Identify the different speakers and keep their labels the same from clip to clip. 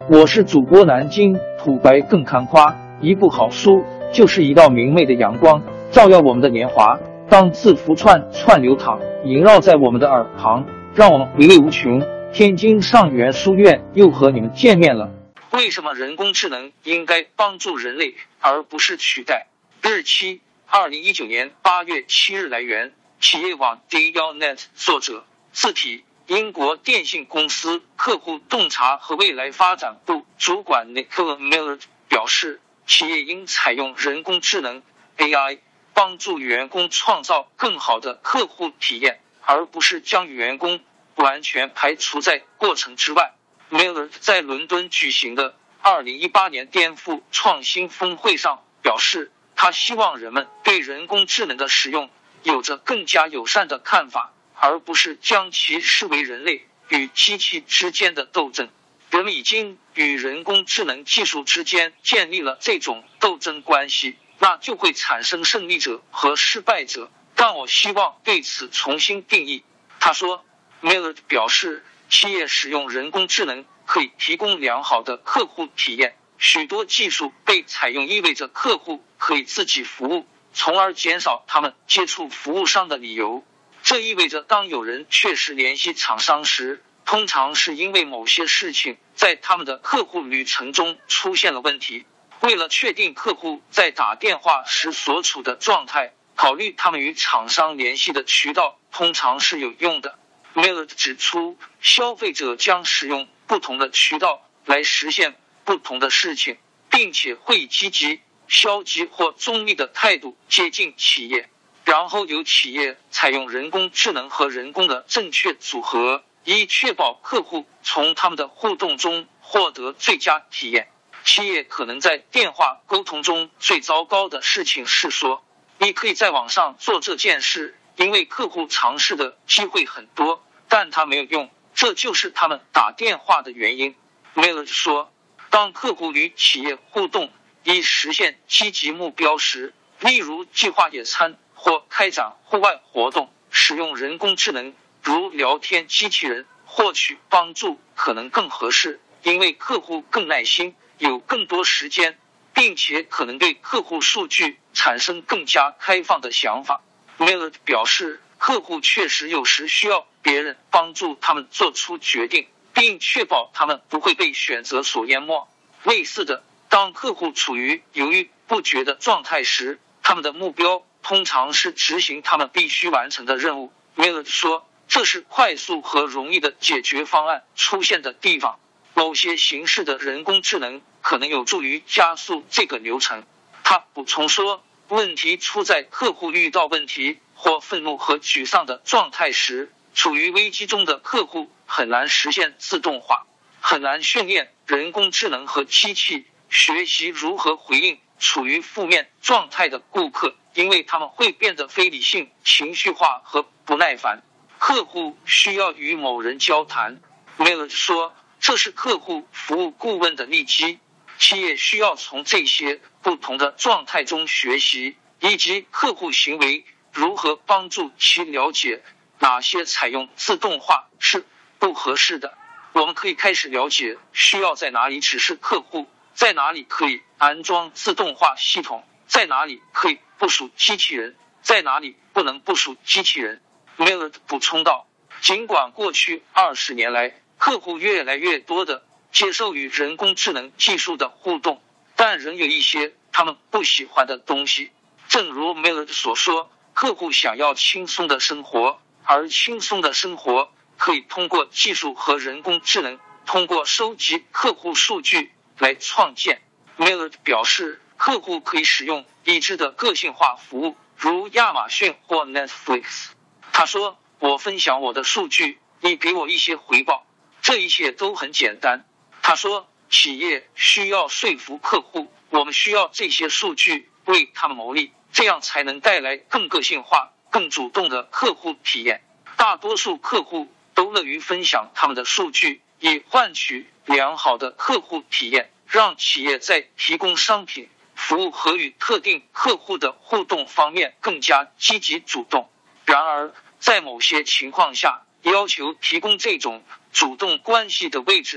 Speaker 1: 我是主播南京土白更看花，一部好书就是一道明媚的阳光，照耀我们的年华。当字符串串流淌，萦绕在我们的耳旁，让我们回味无穷。天津上元书院又和你们见面了。为什么人工智能应该帮助人类，而不是取代？日期2019年8月7日。来源企业网 Dialnet。 作者字体英国电信公司客户洞察和未来发展部主管 Nicola Miller 表示，企业应采用人工智能 AI 帮助员工创造更好的客户体验，而不是将员工完全排除在过程之外。 Miller 在伦敦举行的2018年颠覆创新峰会上表示，他希望人们对人工智能的使用有着更加友善的看法，而不是将其视为人类与机器之间的斗争。人们已经与人工智能技术之间建立了这种斗争关系，那就会产生胜利者和失败者，但我希望对此重新定义。他说， Miller 表示，企业使用人工智能可以提供良好的客户体验，许多技术被采用意味着客户可以自己服务，从而减少他们接触服务商的理由。这意味着当有人确实联系厂商时，通常是因为某些事情在他们的客户旅程中出现了问题。为了确定客户在打电话时所处的状态，考虑他们与厂商联系的渠道通常是有用的。Miller 指出，消费者将使用不同的渠道来实现不同的事情，并且会以积极、消极或中立的态度接近企业，然后由企业采用人工智能和人工的正确组合，以确保客户从他们的互动中获得最佳体验。企业可能在电话沟通中最糟糕的事情是说，你可以在网上做这件事，因为客户尝试的机会很多，但它没有用，这就是他们打电话的原因。 Miller 说，当客户与企业互动以实现积极目标时，例如计划野餐或开展户外活动，使用人工智能如聊天机器人获取帮助可能更合适，因为客户更耐心，有更多时间，并且可能对客户数据产生更加开放的想法。 Miller 表示，客户确实有时需要别人帮助他们做出决定，并确保他们不会被选择所淹没。类似的，当客户处于犹豫不决的状态时，他们的目标通常是执行他们必须完成的任务。 Miller 说，这是快速和容易的解决方案出现的地方。某些形式的人工智能可能有助于加速这个流程。他补充说，问题出在客户遇到问题或愤怒和沮丧的状态时，处于危机中的客户很难实现自动化，很难训练人工智能和机器学习如何回应处于负面状态的顾客，因为他们会变得非理性、情绪化和不耐烦。客户需要与某人交谈。 Miller 说，这是客户服务顾问的利基。企业需要从这些不同的状态中学习，以及客户行为如何帮助其了解哪些采用自动化是不合适的。我们可以开始了解需要在哪里指示客户，在哪里可以安装自动化系统，在哪里可以部署机器人，在哪里不能部署机器人。 Miller 补充道，尽管过去20年来客户越来越多的接受与人工智能技术的互动，但仍有一些他们不喜欢的东西。正如 Miller 所说，客户想要轻松的生活，而轻松的生活可以通过技术和人工智能通过收集客户数据来创建。 Miller 表示，客户可以使用已知的个性化服务，如亚马逊或 Netflix。 他说，我分享我的数据，你给我一些回报，这一切都很简单。他说，企业需要说服客户，我们需要这些数据为他们谋利，这样才能带来更个性化、更主动的客户体验。大多数客户都乐于分享他们的数据，以换取良好的客户体验，让企业在提供商品、服务和与特定客户的互动方面更加积极主动。然而，在某些情况下，要求提供这种主动关系的位置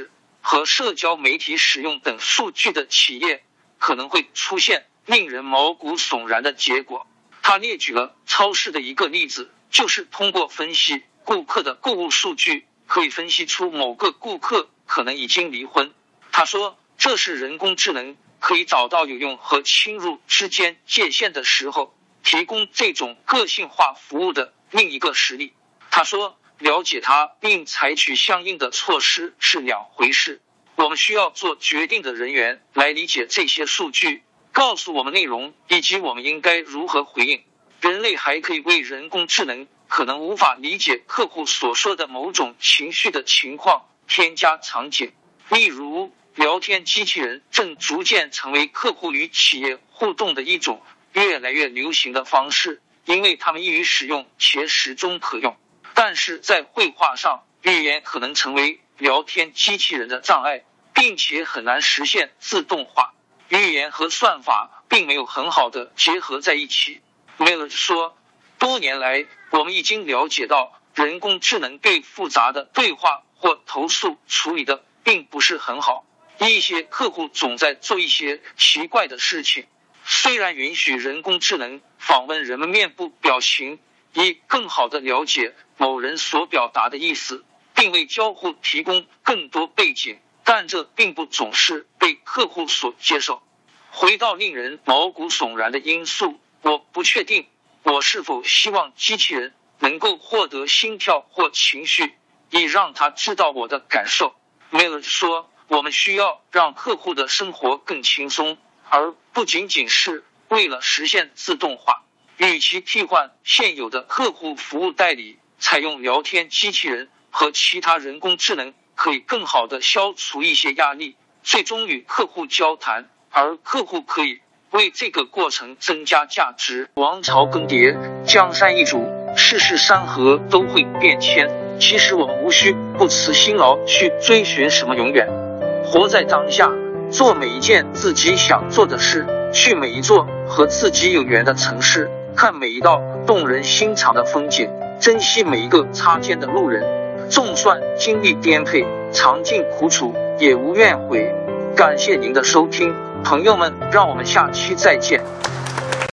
Speaker 1: 和社交媒体使用等数据的企业，可能会出现令人毛骨悚然的结果。他列举了超市的一个例子，就是通过分析顾客的购物数据，可以分析出某个顾客可能已经离婚。他说，这是人工智能可以找到有用和侵入之间界限的时候，提供这种个性化服务的另一个实例。他说，了解它并采取相应的措施是两回事。我们需要做决定的人员来理解这些数据，告诉我们内容以及我们应该如何回应。人类还可以为人工智能可能无法理解客户所说的某种情绪的情况添加场景。例如，聊天机器人正逐渐成为客户与企业互动的一种越来越流行的方式，因为它们易于使用且始终可用。但是在绘画上，语言可能成为聊天机器人的障碍，并且很难实现自动化。语言和算法并没有很好的结合在一起。Miller 说，多年来我们已经了解到，人工智能对复杂的对话或投诉处理的并不是很好。一些客户总在做一些奇怪的事情。虽然允许人工智能访问人们面部表情，以更好地了解某人所表达的意思，并为交互提供更多背景，但这并不总是被客户所接受。回到令人毛骨悚然的因素，我不确定我是否希望机器人能够获得心跳或情绪，以让他知道我的感受。Miller 说，我们需要让客户的生活更轻松，而不仅仅是为了实现自动化。与其替换现有的客户服务代理，采用聊天机器人和其他人工智能可以更好地消除一些压力，最终与客户交谈，而客户可以为这个过程增加价值。王朝更迭，江山易主，世事山河都会变迁。其实我们无需不辞辛劳去追寻什么永远，活在当下，做每一件自己想做的事，去每一座和自己有缘的城市，看每一道动人心肠的风景，珍惜每一个擦肩的路人。纵算经历颠沛，尝尽苦楚，也无怨悔。感谢您的收听，朋友们，让我们下期再见。